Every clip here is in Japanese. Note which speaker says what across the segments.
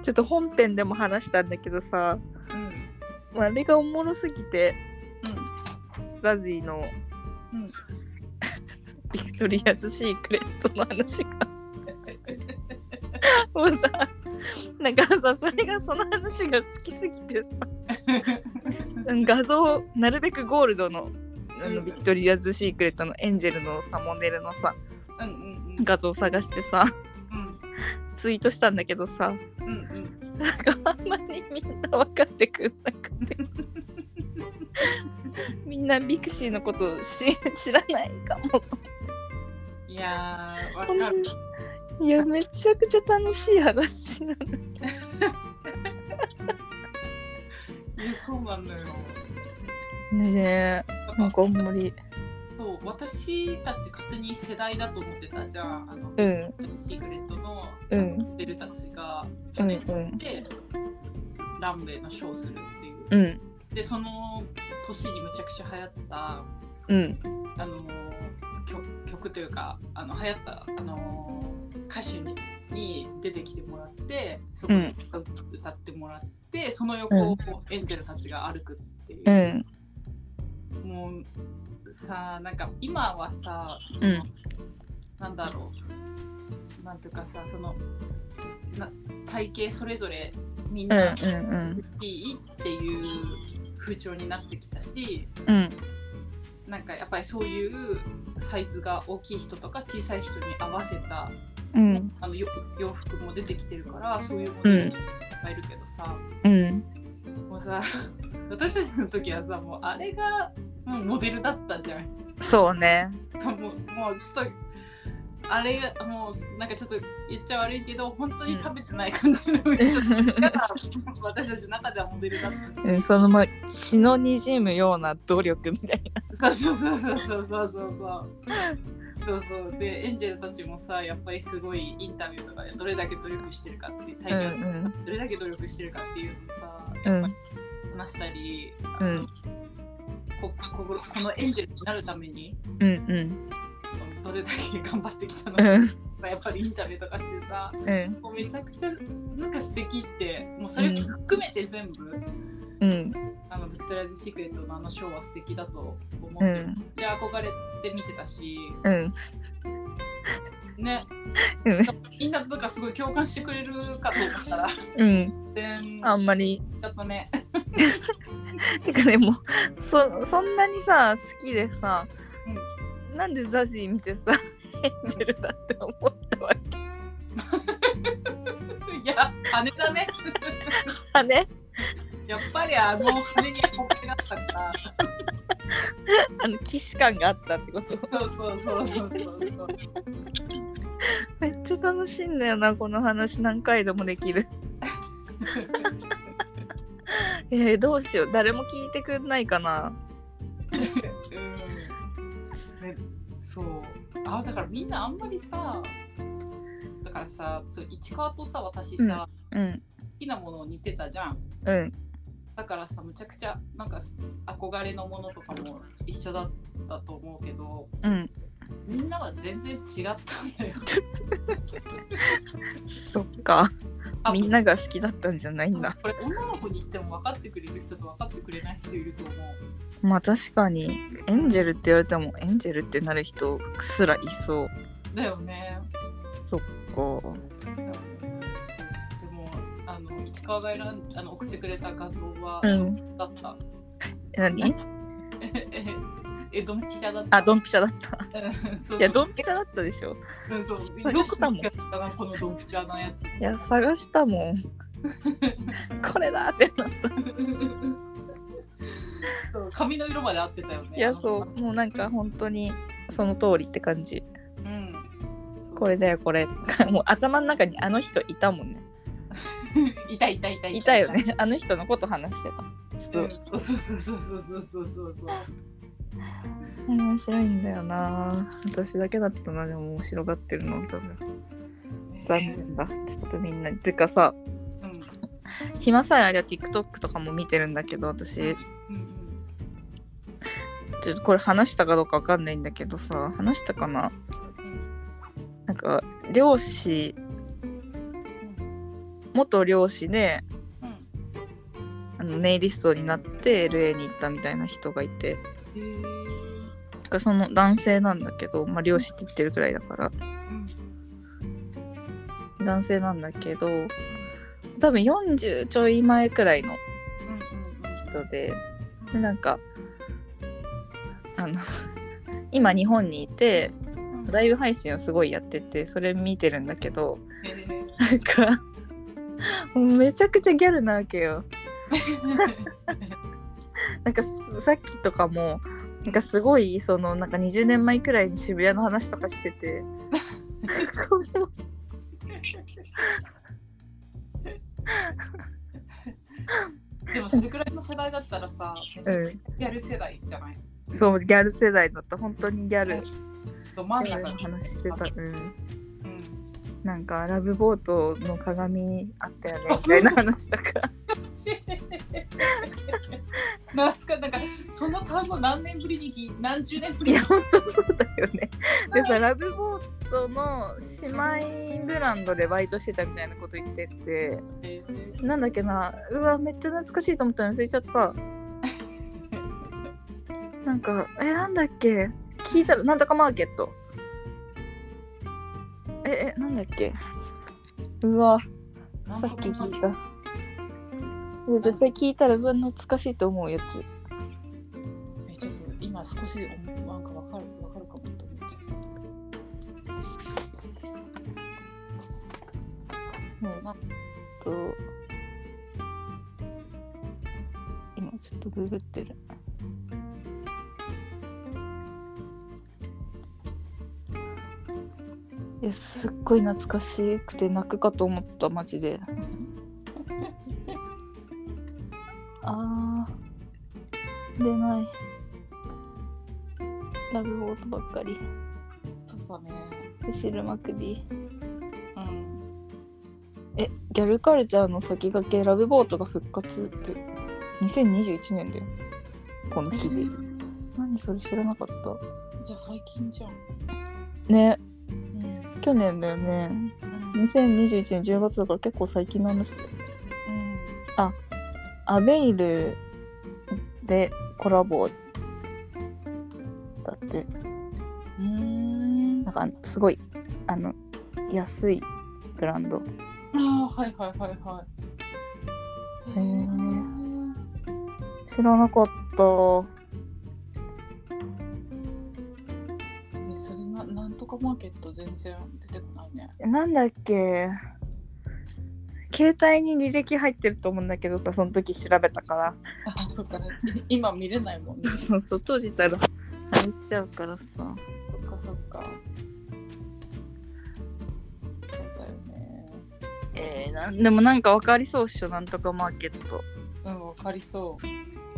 Speaker 1: ちょっと本編でも話したんだけどさ、あれがおもろすぎて、ザジーの、ビクトリアズ・シークレットの話がもうさ、なんかさ、その話が好きすぎてさ画像なるべくゴールドのビクトリアズ・シークレットのエンジェルのさモデルのさ、画像を探してさ、ツイートしたんだけどさ、なんかあんまりみんな分かってくんなくてみんなビクシーのことを知らないかも。
Speaker 2: いやー、分かる。
Speaker 1: いや、めちゃくちゃ楽しい話なんだけど
Speaker 2: そうなんだよ
Speaker 1: ねえ、なんかあんまり
Speaker 2: そう、私たち勝手に世代だと思ってたじゃん。シークレットのモデルたちが去年でランウェイのショーをするっていう、でその年にむちゃくちゃ流行った、曲というか流行った歌手に出てきてもらって、そこで歌ってもらって、その横をエンジェルたちが歩くっていう、もうさ、なんか今はさ、なんだろう、なんていうかさ、その体型それぞれみんないいっていう風潮になってきたし、なんかやっぱりそういうサイズが大きい人とか小さい人に合わせた、洋服も出てきてるから、そういうモデルがいっぱいいるけどさ、もうさ、私たちの時はさ、もうあれがもうモデルだったじゃん。
Speaker 1: そうね。
Speaker 2: もうちょっとあれもうなんかちょっと言っちゃ悪いけど、本当に食べてない感じのちょっと私たちの中ではモデルだったし、
Speaker 1: その血のにじむような努力みたい
Speaker 2: な。そうでエンジェルたちもさ、やっぱりすごいインタビューとかでどれだけ努力してるかっていう、どれだけ努力してるかっていうのをさ、やっぱり話したり、このエンジェルになるために、どれだけ頑張ってきたのか、やっぱりインタビューとかしてさ、もうめちゃくちゃなんか素敵って、もうそれ含めて全部、ビクトリアズ・シークレットのショーは素敵だと思って、めっちゃ憧れて見てたし、ね、みんなとかすごい共感してくれるかと思ったら、
Speaker 1: あんまり
Speaker 2: やっぱね
Speaker 1: てかね、もうそんなにさ好きでさ、なんでザジー見てさエンジェルだって思ったわけ
Speaker 2: いや、羽だね
Speaker 1: 羽
Speaker 2: やっぱり羽に憧れがあったから
Speaker 1: 既視感があったってこと。
Speaker 2: そう
Speaker 1: めっちゃ楽しいんだよな、この話何回でもできるどうしよう、誰も聞いてくんないかな
Speaker 2: そうだからみんなあんまりさ、だからさ、市川とさ、私さ、好きなもの似てたじゃん。だからさ、むちゃくちゃなんか憧れのものとかも一緒だったと思うけど、みんなは全然違ったんだよ
Speaker 1: そっか、みんなが好きだったんじゃないんだ。
Speaker 2: これ女の子に言っても分かってくれる人と分かってくれない人いると思う。
Speaker 1: まあ確かにエンジェルって言われてもエンジェルってなる人すらいそう
Speaker 2: だよね。
Speaker 1: そっか。
Speaker 2: でも市川が送ってくれた画像は、だった。
Speaker 1: 何
Speaker 2: ドンピシャだった。
Speaker 1: ドンピシャだったいや、ドンピシャだったでしょ。
Speaker 2: 探したもん。このドンピシャなやつ。
Speaker 1: いや、探したもんこれだってなった
Speaker 2: そう、髪の色まで合ってたよね。
Speaker 1: いや、そう、もうなんか本当にその通りって感じ。これだよ、これもう頭の中にあの人いたもんねいたよね、あの人のこと話してた。
Speaker 2: そう
Speaker 1: 面白いんだよな。私だけだったな、でも面白がってるの多分。残念だ。ちょっとみんなに。てかさ、暇さえありゃ TikTok とかも見てるんだけど、私、ちょっとこれ話したかどうかわかんないんだけどさ、話したかな、 元漁師で
Speaker 2: うん
Speaker 1: ネイリストになって LA に行ったみたいな人がいて、なんかその男性なんだけど、まあ漁師って言ってるくらいだから
Speaker 2: うん
Speaker 1: 男性なんだけど、多分40ちょい前くらいの人で、でなんか今日本にいてライブ配信をすごいやってて、それ見てるんだけど、なんかもうめちゃくちゃギャルなわけよ。なんかさっきとかもなんかすごいそのなんか20年前くらいに渋谷の話とかしてて
Speaker 2: でもそれくらいの世代だったらさ、めちゃくちゃギャル世代じゃない？
Speaker 1: そう、ギャル世代だった。本当にギャル
Speaker 2: ど真ん中
Speaker 1: の話してた。
Speaker 2: うん
Speaker 1: なんかラブボートの鏡あったよねみたいな話とか
Speaker 2: なんかその単語何年ぶりに何十年ぶりに
Speaker 1: いや本当そうだよね。でさ、ラブボートの姉妹ブランドでバイトしてたみたいなこと言ってて、なんだっけな、うわめっちゃ懐かしいと思ったの忘れちゃった。なんかなんだっけ、聞いたらなんとかマーケット、なんだっけ、うわさっき聞いた。絶対聞いたら懐かしいと思うやつ。
Speaker 2: ちょっと今少しなんかわかるかもと思っちゃう。
Speaker 1: 今ちょっとググってる。いやすっごい懐かしくて泣くかと思ったマジで。出ないラブボートばっかり。
Speaker 2: そうね。
Speaker 1: 後ろまくり。
Speaker 2: うん
Speaker 1: ギャルカルチャーの先駆けラブボートが復活って2021年だよこの記事。何それ知らなかった。
Speaker 2: じゃあ最近じゃん
Speaker 1: ね、
Speaker 2: うん、
Speaker 1: 去年だよね、2021年10月だから結構最近の話だよ。アベイルでコラボだって。なんかすごい安いブランド。
Speaker 2: はいはいはいはい。
Speaker 1: 知らなかった。
Speaker 2: それなんとかマーケット全然出てこないね。
Speaker 1: なんだっけ、携帯に履歴入ってると思うんだけどさ、その時調べたから。
Speaker 2: そっかね、今見れないもんね。
Speaker 1: そう閉じたらあれしちゃうからさ。
Speaker 2: そっかそっか。そうだよね。
Speaker 1: でもなんか分かりそうっしょ、なんとかマーケット。
Speaker 2: 分かりそう。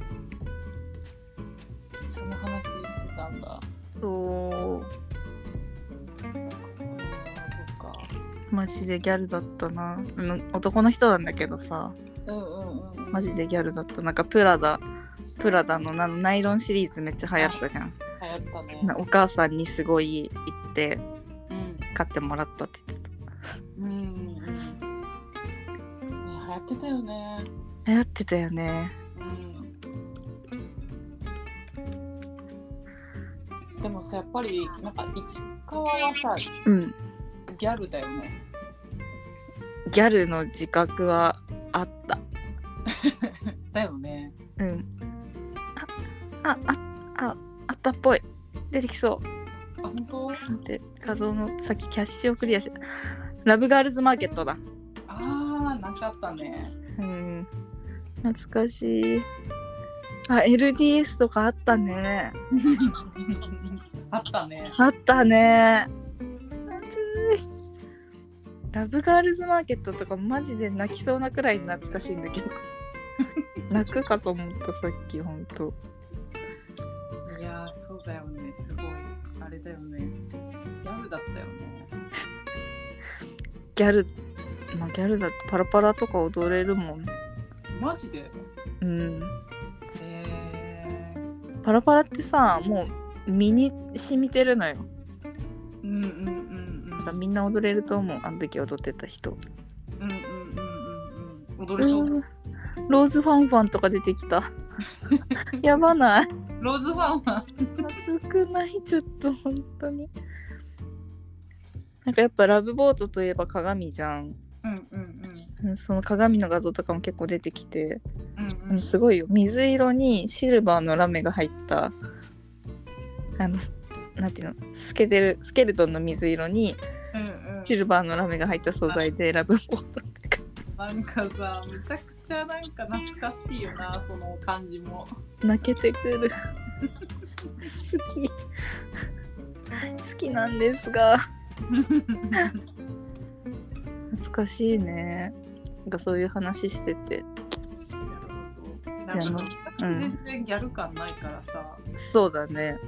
Speaker 2: その話してたんだ。
Speaker 1: そう。
Speaker 2: そっか。
Speaker 1: マジでギャルだったな。男の人なんだけどさ、マジでギャルだった。なんかプラダのナイロンシリーズめっちゃ流行ったじゃん。
Speaker 2: 流行ったね。
Speaker 1: お母さんにすごい言って買ってもらったって言ってた。
Speaker 2: ね、流行ってたよね。
Speaker 1: 流行ってたよね。
Speaker 2: でもさ、やっぱりなんか市川はさ、ギャルだよね。
Speaker 1: ギャルの自覚はあった。
Speaker 2: だよね。
Speaker 1: あったっぽい。出てきそう。
Speaker 2: 本当？
Speaker 1: で画像のさっきキャッシュをクリアして、ラブガールズマーケットだ。
Speaker 2: なんかあったね。
Speaker 1: 懐かしい。LDS とかあったね。
Speaker 2: あったね。
Speaker 1: あったね。ラブガールズマーケットとかマジで泣きそうなくらい懐かしいんだけど泣くかと思ったさっき。ほんと
Speaker 2: いやそうだよね。すごいあれだよね。ギャルだったよね。
Speaker 1: ギャルだってパラパラとか踊れるもん。
Speaker 2: マジで？
Speaker 1: パラパラってさ、もう身に染みてるのよ。みんな踊れると思う、あの時踊ってた人。
Speaker 2: 踊れそう。
Speaker 1: ローズファンファンとか出てきた。やばない？
Speaker 2: ローズファンファン。
Speaker 1: 熱くない？ちょっと本当に。なんかやっぱラブボートといえば鏡じゃん。その鏡の画像とかも結構出てきて、すごいよ。水色にシルバーのラメが入ったなんていうの、スケルトンの水色にシルバーのラメが入った素材でラブボートってか、
Speaker 2: なんかさ、めちゃくちゃなんか懐かしいよな、その感じも。
Speaker 1: 泣けてくる。好きなんですが。懐かしいね。なんかそういう話してて。
Speaker 2: なんかさ、全然ギャル感ないからさ。
Speaker 1: そうだね。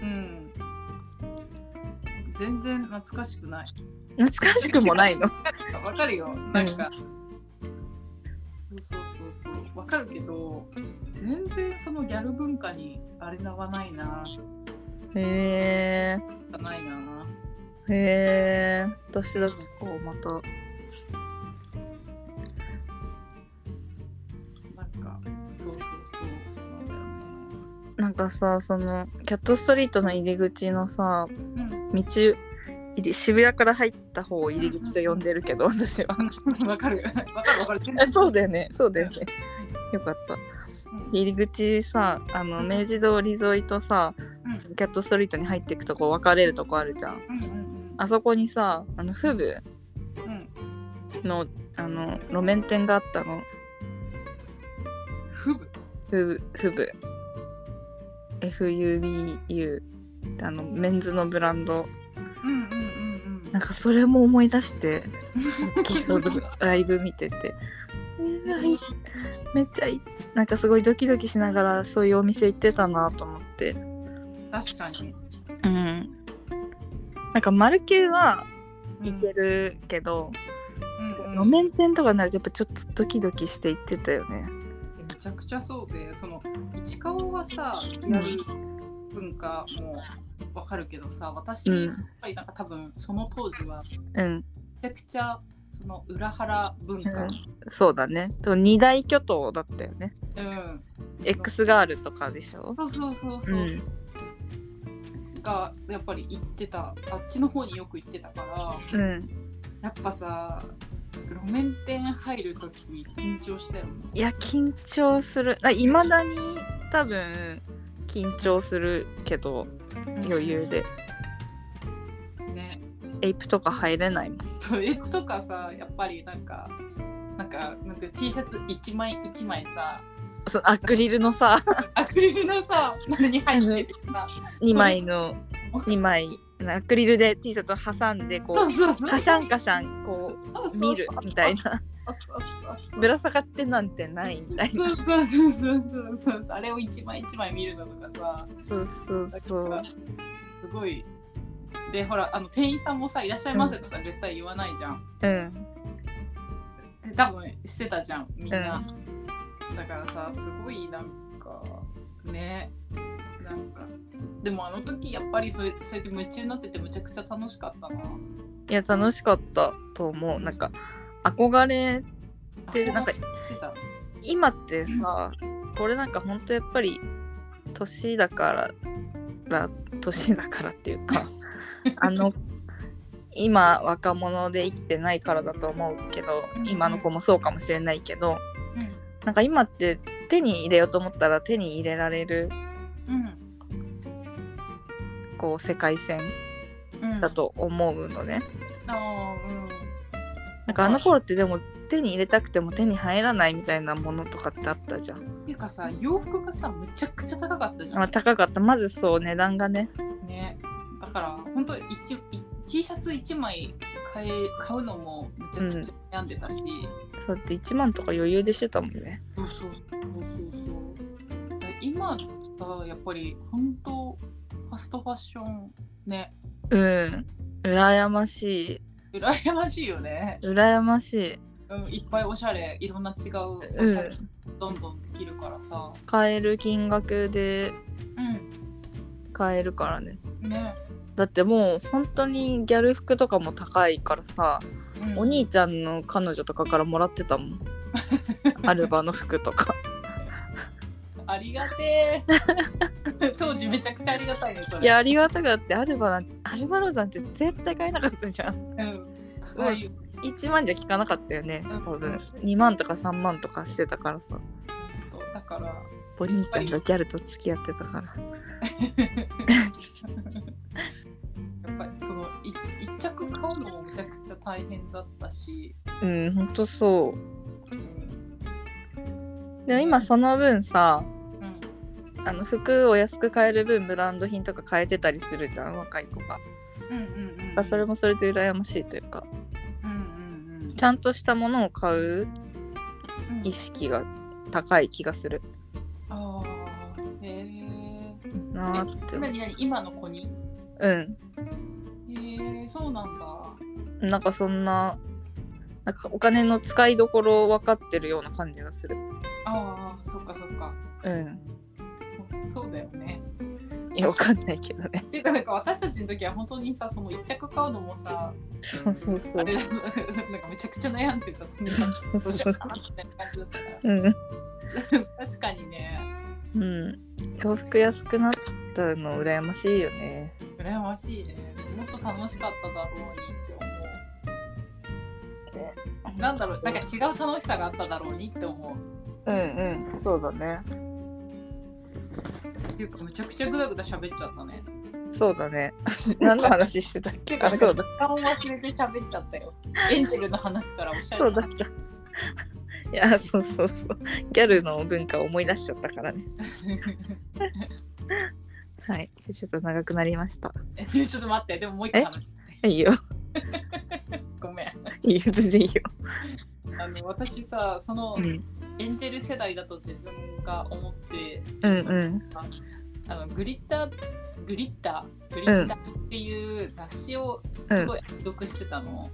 Speaker 2: 全然懐かしくない。
Speaker 1: 懐かしくもないの？
Speaker 2: わかるよ。なんか、そうわかるけど、全然そのギャル文化にあれなはないな。
Speaker 1: へ
Speaker 2: ー。ないな。
Speaker 1: へー。私だけこうまた。
Speaker 2: なんかそうなんだよね。
Speaker 1: なんかさ、そのキャットストリートの入り口のさ、渋谷から入った方を入り口と呼んでるけど、私は。
Speaker 2: わかる。
Speaker 1: そうだよね。よかった。入り口さ、明治通り沿いとさ、キャットストリートに入っていくとこ分かれるとこあるじゃん。あそこにさ、フブの路面店があったの。フブ FUBU メンズのブランド。なんかそれも思い出してライブ見てて、めっちゃなんかすごいドキドキしながらそういうお店行ってたなと思って。
Speaker 2: 確かに。
Speaker 1: なんかマルキューは行けるけど、路面店とかになるとやっぱちょっとドキドキして行ってたよね。
Speaker 2: めちゃくちゃそうで、その市川はさ、ギャル文化もわかるけどさ、私やっぱりなんか多分その当時はめちゃくちゃその裏腹文化、
Speaker 1: そうだね。二大巨頭だったよね。X ガールとかでしょ。そう、
Speaker 2: がやっぱり行ってた、あっちの方によく行ってたから、やっぱさ、路面店入るとき緊張したよね。
Speaker 1: いや緊張する。いまだに多分緊張するけど、余裕で。
Speaker 2: ね。
Speaker 1: エイプとか入れないもん。
Speaker 2: そう、エイプとかさ、やっぱりなんか T シャツ1枚1枚さ、
Speaker 1: アクリルのさ
Speaker 2: 何に入っててさ、
Speaker 1: 2枚アクリルで T シャツを挟んでこうカシャンカシャンこう見るみたいな。ぶら下がってなんてないみたいな。
Speaker 2: そうあれを一枚一枚見るのとかさ、
Speaker 1: そう
Speaker 2: すごい。でほら店員さんもさ、いらっしゃいませとか絶対言わないじゃん。で多分してたじゃんみんな。だからさ、すごいなんかね、なんかでもあの時やっぱりそうやって夢中になっててむちゃくちゃ楽しかったな。
Speaker 1: いや楽しかったと思う。なんか憧れてる。なんか今ってさ、これなんかほんとやっぱり年だからっていうか今若者で生きてないからだと思うけど、今の子もそうかもしれないけど、なんか今って手に入れようと思ったら手に入れられる、こう世界線だと思うのね。なんかあの頃ってでも手に入れたくても手に入らないみたいなものとかってあったじゃん。
Speaker 2: っていうかさ、洋服がさむちゃくちゃ高かったじゃん。
Speaker 1: 高かった。まずそう値段がね。
Speaker 2: だから本当T シャツ1枚買うのもめちゃくちゃ悩んでたし、
Speaker 1: そうって1万とか余裕でしてたもんね。
Speaker 2: そう今さ、やっぱり本当ファストファッションね。
Speaker 1: 羨ましい
Speaker 2: よね。
Speaker 1: 羨ましい。
Speaker 2: いっぱいおしゃれ、いろんな違うおしゃれ、どんどんできるからさ、
Speaker 1: 買える金額で買えるからね。だってもう本当にギャル服とかも高いからさ、お兄ちゃんの彼女とかからもらってたもん。 アルバの服とか。
Speaker 2: ありがてー当時めちゃくちゃありがたいねそれ。
Speaker 1: いや、ありがたかって、アルバロザンって絶対買えなかったじゃん。
Speaker 2: 高いよ。
Speaker 1: 1万じゃ効かなかったよね、多分。2万とか3万とかしてたからさ。
Speaker 2: だから
Speaker 1: ボニーちゃんとギャルと付き合ってたから。
Speaker 2: やっぱりその一着買うのもめちゃくちゃ大変だったし。
Speaker 1: ほんとそう。でも今その分さ、服を安く買える分ブランド品とか買えてたりするじゃん、若い子が。それもそれで羨ましいというか、ちゃんとしたものを買う意識が高い気がする。
Speaker 2: ああ、へえ。
Speaker 1: なーって。
Speaker 2: 何今の子に？そうなんだ。
Speaker 1: なんかそんな、なんかお金の使いどころ分かってるような感じがする。
Speaker 2: ああ、そっかそっか。そうだよね。
Speaker 1: いや、分かんないけどね。
Speaker 2: ていうか、なんか私たちの時は本当にさ、その一着買うのもさ、
Speaker 1: そう
Speaker 2: あれなんかめちゃくちゃ悩んでさ、とにかくどうしようかなみたいな感じだったから。確かにね。
Speaker 1: 洋服安くなったの羨ましいよね。
Speaker 2: 羨ましいね。もっと楽しかっただろうにって思う。なんだろう、なんか違う楽しさがあっただろうにって思う。
Speaker 1: そうだね。
Speaker 2: っていうか、めちゃくちゃグダグダ喋っちゃったね。
Speaker 1: そうだね。何の話してたっけ？
Speaker 2: そうだ。時間を忘れて喋っちゃったよ。エンジェルの話からおしゃれな。
Speaker 1: そうだった。いや、そう。ギャルの文化を思い出しちゃったからね。はい。ちょっと長くなりました。
Speaker 2: ちょっと待って、でももう一個話して。
Speaker 1: いいよ。
Speaker 2: ごめん。
Speaker 1: いいよ、全然いいよ。
Speaker 2: 私さ、その、エンジェル世代だと自分が思って、グリッターっていう雑誌をすごい読してたの。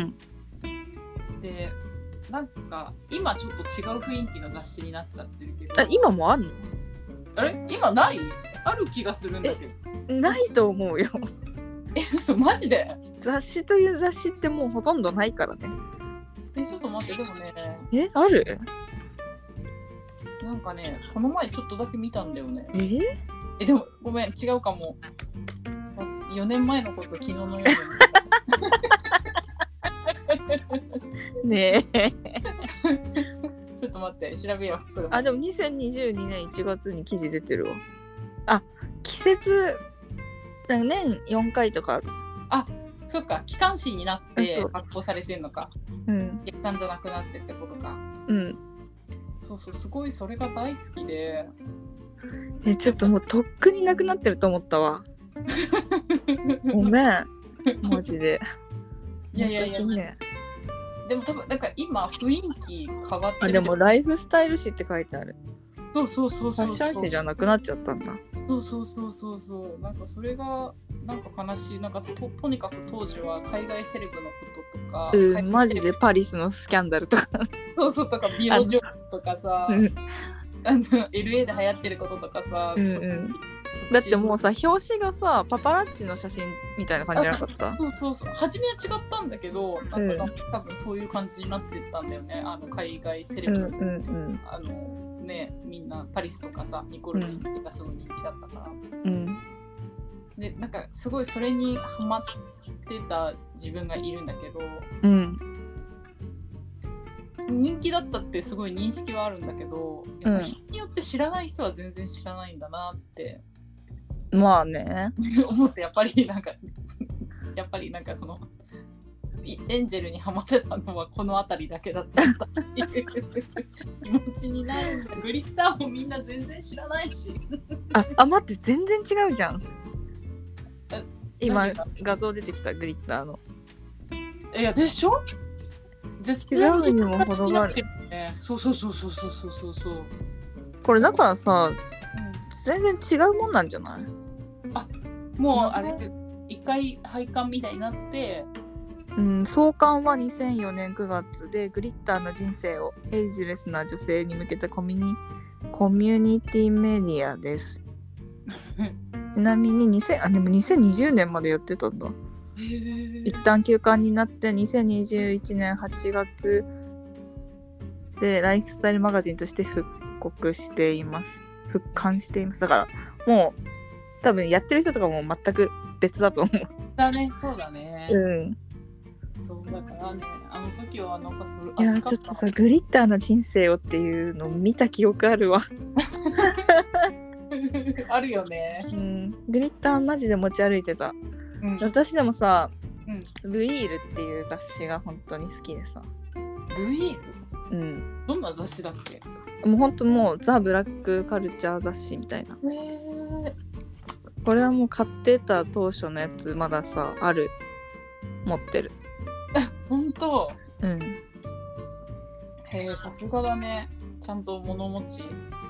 Speaker 2: で、なんか今ちょっと違う雰囲気の雑誌になっちゃってるけど。
Speaker 1: 今もあんの？
Speaker 2: あれ？今ない？ある気がするんだけど。
Speaker 1: ないと思うよ。
Speaker 2: 嘘、マジで？
Speaker 1: 雑誌という雑誌ってもうほとんどないからね。
Speaker 2: ちょっと待って、でもね。
Speaker 1: ある？
Speaker 2: なんかね、この前ちょっとだけ見たんだよね。
Speaker 1: で
Speaker 2: もごめん、違うかも。4年前のこと昨日のよ
Speaker 1: うに。ねえ。
Speaker 2: ちょっと待って、調べよう。
Speaker 1: でも2022年1月に記事出てるわ。季節、年4回とか。
Speaker 2: そっか、機関誌になって発行されてんのか。月間じゃなくなってってことか。そう、すごいそれが大好きで。
Speaker 1: ちょっともうとっくになくなってると思ったわ。ごめん、マジで。
Speaker 2: いや、でも多分なんか今雰囲気変わってる。
Speaker 1: でもライフスタイル誌って書いてある。
Speaker 2: そう。
Speaker 1: ファッション誌じゃなくなっちゃったんだ。
Speaker 2: そう。なんかそれがなんか悲しい。なんか とにかく当時は海外セレブのこととか。
Speaker 1: マジでパリスのスキャンダルとか。
Speaker 2: そうとか美容女とかさ。LA で流行ってることとかさ。
Speaker 1: だってもうさ、表紙がさ、パパラッチの写真みたいな感じじゃなかった？
Speaker 2: そう。初めは違ったんだけど、なんか多分そういう感じになってったんだよね。海外セレブね、みんなパリスとかさ、ニコル・キッドがすごい人気だったから。で、なんかすごいそれにハマってた自分がいるんだけど、人気だったってすごい認識はあるんだけど、やっぱ人によって知らない人は全然知らないんだなって。
Speaker 1: まあね。
Speaker 2: 思ってやっぱりなんかそのエンジェルにハマってたのはこの辺りだけだったっていう気持ちになるんだ。グリッターもみんな全然知らないし。
Speaker 1: 待って、全然違うじゃん。今画像出てきた、グリッターの。
Speaker 2: いやでしょ？絶対
Speaker 1: 違うにも程がある。
Speaker 2: そう。
Speaker 1: これだからさ、全然違うもんなんじゃない？
Speaker 2: もうあれ一回廃刊みたいになって。
Speaker 1: 創刊は2004年9月で、グリッターな人生をエイジレスな女性に向けたコミュニティメディアです。ちなみにでも2020年までやってたんだ。一旦休刊になって2021年8月でライフスタイルマガジンとして復刊しています。だからもう多分やってる人とかも全く別だと思う。
Speaker 2: だね、そうだね。
Speaker 1: うん。
Speaker 2: そうだからね、あの時はなんかそれ
Speaker 1: いやちょっとさグリッターな人生をっていうのを見た記憶あるわ。
Speaker 2: あるよね。
Speaker 1: うん。グリッターマジで持ち歩いてた。
Speaker 2: うん、
Speaker 1: 私でもさ、
Speaker 2: うん、
Speaker 1: ルイールっていう雑誌が本当に好きでさ。
Speaker 2: ルイール？
Speaker 1: うん。
Speaker 2: どんな雑誌だっけ？
Speaker 1: もう本当もうザ・ブラックカルチャー雑誌みたいな。これはもう買ってた当初のやつまださある。持ってる。
Speaker 2: 本当？
Speaker 1: うん。
Speaker 2: へえ、さすがだね。ちゃんと物持ち。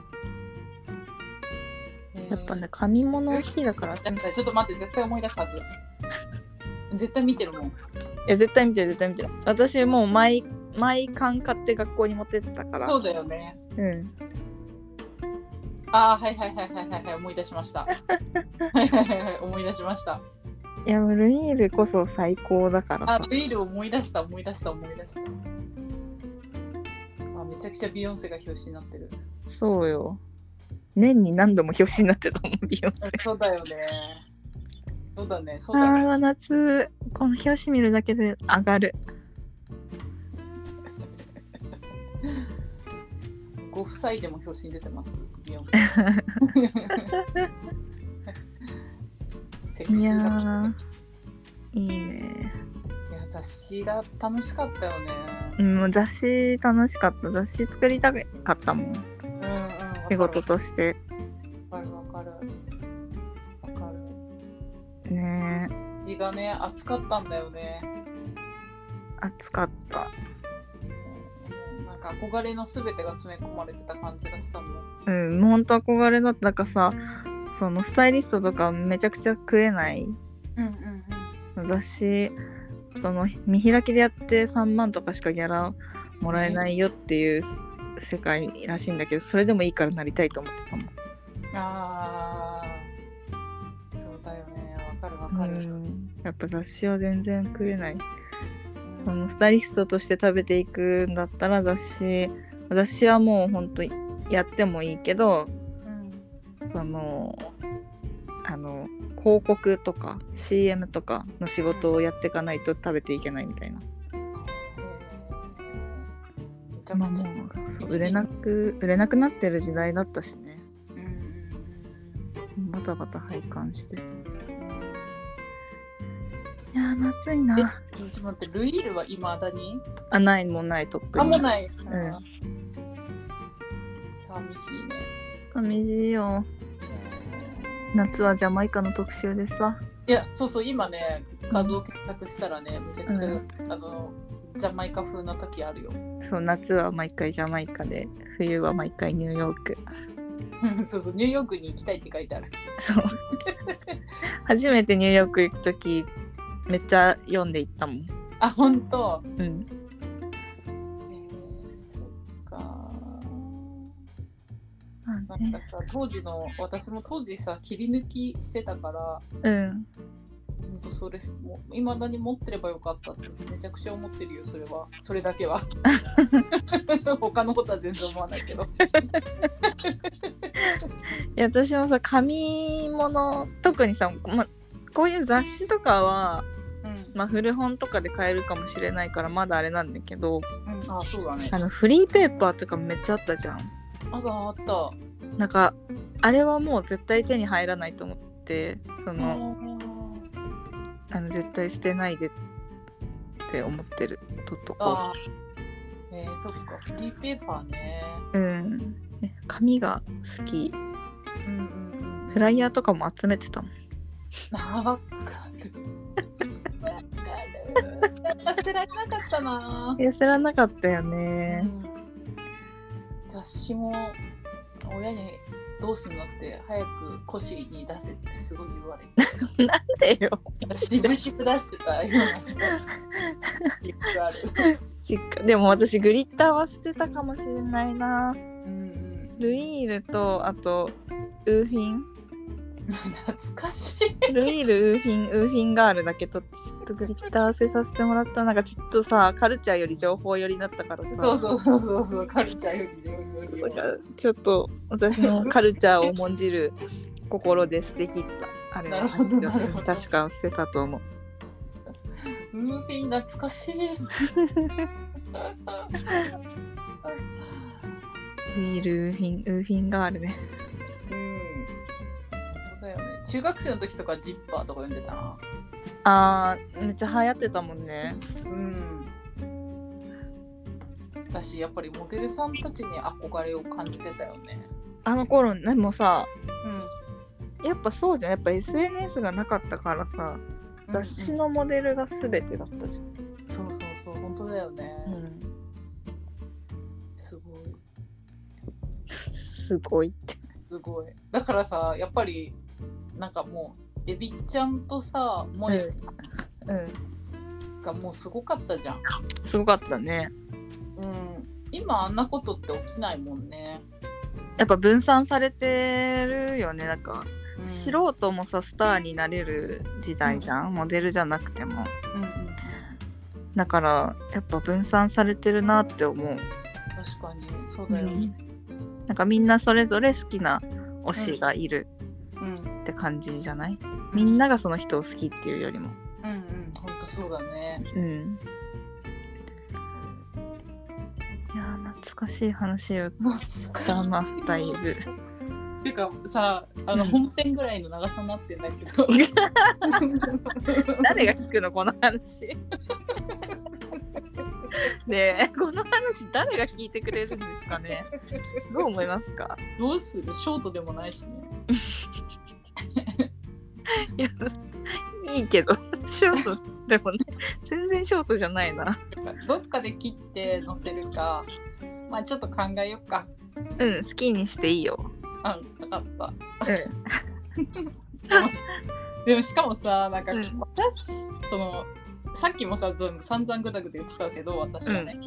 Speaker 1: やっぱね、紙物好きだから。
Speaker 2: ちょっと待って、絶対思い出すはず。絶対見てるもん。
Speaker 1: 絶対見てる。私もう毎巻買って学校に持ってってたから。
Speaker 2: そうだよね。
Speaker 1: うん。
Speaker 2: ああ、はい、思い出しました。思い出しました。
Speaker 1: いや、ルイールこそ最高だからさ。
Speaker 2: ルイール思い出した。めちゃくちゃビヨンセが表紙になってる。
Speaker 1: そうよ。年に何度も表紙になってたもん、ビヨンセ。
Speaker 2: そうだよね。そうだね。
Speaker 1: 夏、この表紙見るだけで上がる。
Speaker 2: ご夫妻でも表紙に出てます、ビヨンセ。
Speaker 1: いやー、いいね。
Speaker 2: いや、雑誌が楽しかったよね。
Speaker 1: もう雑誌楽しかった。雑誌作りたかったもん。仕事として。
Speaker 2: わかる。
Speaker 1: ね
Speaker 2: え。字がね、熱かったんだよね。
Speaker 1: 熱かった。
Speaker 2: なんか憧れのすべてが詰め込まれてた感じがしたもん。
Speaker 1: もうほんと憧れだった。なんかさ、そのスタイリストとかめちゃくちゃ食えない。雑誌、その見開きでやって3万とかしかギャラもらえないよっていう世界らしいんだけど、それでもいいからなりたいと思ってたもん。
Speaker 2: そうだよね。わかる。
Speaker 1: やっぱ雑誌は全然食えない。そのスタイリストとして食べていくんだったら雑誌はもうほんとやってもいいけど、その広告とか CM とかの仕事をやっていかないと食べていけないみたいな。まあもうそう売れなくなってる時代だったしね。バタバタ拝観して。いやー夏いな。
Speaker 2: ちょっと待って、ルイールは未だに？
Speaker 1: ないもうないとっくに。
Speaker 2: もうない。寂しいね。
Speaker 1: 寂しいよ。夏はジャマイカの特集でさ。
Speaker 2: いや、そう今ね画像検索したらね、めちゃくちゃ、ジャマイカ風な時あるよ。
Speaker 1: そう、夏は毎回ジャマイカで、冬は毎回ニューヨーク。
Speaker 2: そうニューヨークに行きたいって書いてある。
Speaker 1: そう初めてニューヨーク行く時めっちゃ読んでいったもん。
Speaker 2: 本当？そっか。なんかさ、私も当時さ切り抜きしてたから、ほんとそれいまだに持ってればよかったってめちゃくちゃ思ってるよ。それだけは。他のことは全然思わないけど。
Speaker 1: いや私もさ紙物特にさ、こういう雑誌とかは、古本とかで買えるかもしれないからまだあれなんだけど、
Speaker 2: そうだね。
Speaker 1: フリーペーパーとかめっちゃあったじゃん。
Speaker 2: あった。
Speaker 1: なんかあれはもう絶対手に入らないと思って、絶対捨てないでって思ってるとこ。
Speaker 2: そっか、フリーペーパーね。
Speaker 1: 紙が好き。フライヤーとかも集めてたもん。
Speaker 2: わかる。捨てられなかったな。
Speaker 1: 捨てられなかったよね。
Speaker 2: 雑誌も親にどうすんのって早くコシに出せってすごい言われて。
Speaker 1: なんでよ。
Speaker 2: しぶしぶ出してたような
Speaker 1: でも私グリッターは捨てたかもしれないな。ルイールとあとウーフィン
Speaker 2: 懐かしい。
Speaker 1: ルイールウーフィンガールだけとちょっとグリッター合わせさせてもらった。なんかちょっとさカルチャーより情報寄りだったからさ。
Speaker 2: そうカルチャーより
Speaker 1: だからちょっと私のカルチャーを重んじる心で捨て切ったあれは。
Speaker 2: なるほどなるほど。
Speaker 1: 確か捨てたと思う。
Speaker 2: ウーフィン懐かしい。
Speaker 1: ルイールウーフィンガールね。
Speaker 2: 本当だよね。中学生の時とかジッパーとか読んでたな。
Speaker 1: めっちゃ流行ってたもんね。
Speaker 2: 私やっぱりモデルさんたちに憧れを感じてたよね。
Speaker 1: あの頃ね。もうさ、やっぱそうじゃん。やっぱ SNS がなかったからさ、雑誌のモデルが全てだったじゃん。
Speaker 2: そう本当だよね。すごいって。すごい。だからさ、やっぱりなんかもうエビちゃんとさ、モエがもうすごかったじゃん。
Speaker 1: すごかったね。
Speaker 2: 今あんなことって起きないもんね。
Speaker 1: やっぱ分散されてるよね。なんか、素人もさスターになれる時代じゃん、モデルじゃなくても。だからやっぱ分散されてるなって思う。
Speaker 2: 確かにそうだよね。
Speaker 1: なんかみんなそれぞれ好きな推しがいるって感じじゃない？みんながその人を好きっていうよりも。
Speaker 2: ほんとそうだね。
Speaker 1: いや懐かしい話をしたなだいぶ。
Speaker 2: てかさ、本編ぐらいの長さになってんだけど
Speaker 1: 誰が聞くのこの話ねえ、この話誰が聞いてくれるんですかね。どう思いますか？
Speaker 2: どうする？ショートでもないしね。
Speaker 1: いやいいけどショートでもね、全然ショートじゃないな。
Speaker 2: どっかで切って載せるか、まあちょっと考えよっか。
Speaker 1: 好きにしていいよ。
Speaker 2: 分かった。でもしかもさ、なんか私、そのさっきもさ散々グダグダ言ってたけど、私はね、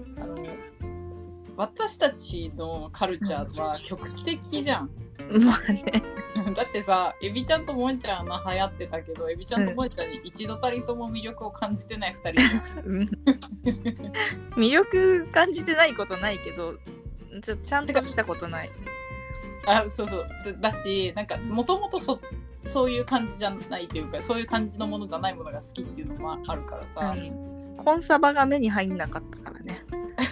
Speaker 2: 私たちのカルチャーは局地的じゃん。
Speaker 1: まあね。
Speaker 2: だってさ、エビちゃんとモエちゃんは流行ってたけど、エビちゃんとモエちゃんに一度たりとも魅力を感じてない2人じゃん。
Speaker 1: 魅力感じてないことないけど、ちゃんと見たことない。
Speaker 2: そうだし、なんかもともとそういう感じじゃないというか、そういう感じのものじゃないものが好きっていうのもあるからさ、
Speaker 1: コンサバが目に入んなかったからね。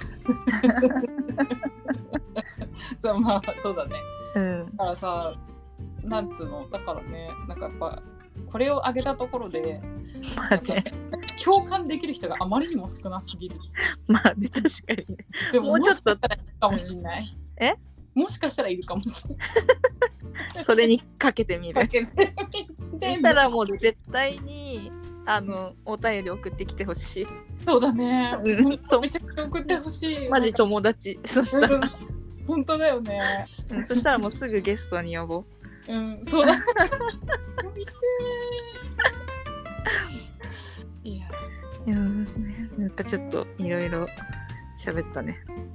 Speaker 2: そうまあそうだね。だからさ、なんつうの、だからね、なんかやっぱこれを上げたところで、
Speaker 1: まあね、
Speaker 2: 共感できる人があまりにも少なすぎる。
Speaker 1: まあね、確かにね。
Speaker 2: でももうちょっといるかもしれない。もしかしたらいるかもしれない。そ
Speaker 1: れにかけてみる。そしたらもう絶対にお便り送ってきてほしい。
Speaker 2: そうだね。めちゃくちゃ送ってほしい。
Speaker 1: マジ友達。そしたら
Speaker 2: 本当だよね。
Speaker 1: そしたらもうすぐゲストに呼ぼ
Speaker 2: う。そうだ。呼びてー。いや、
Speaker 1: なんかちょっといろいろ喋ったね。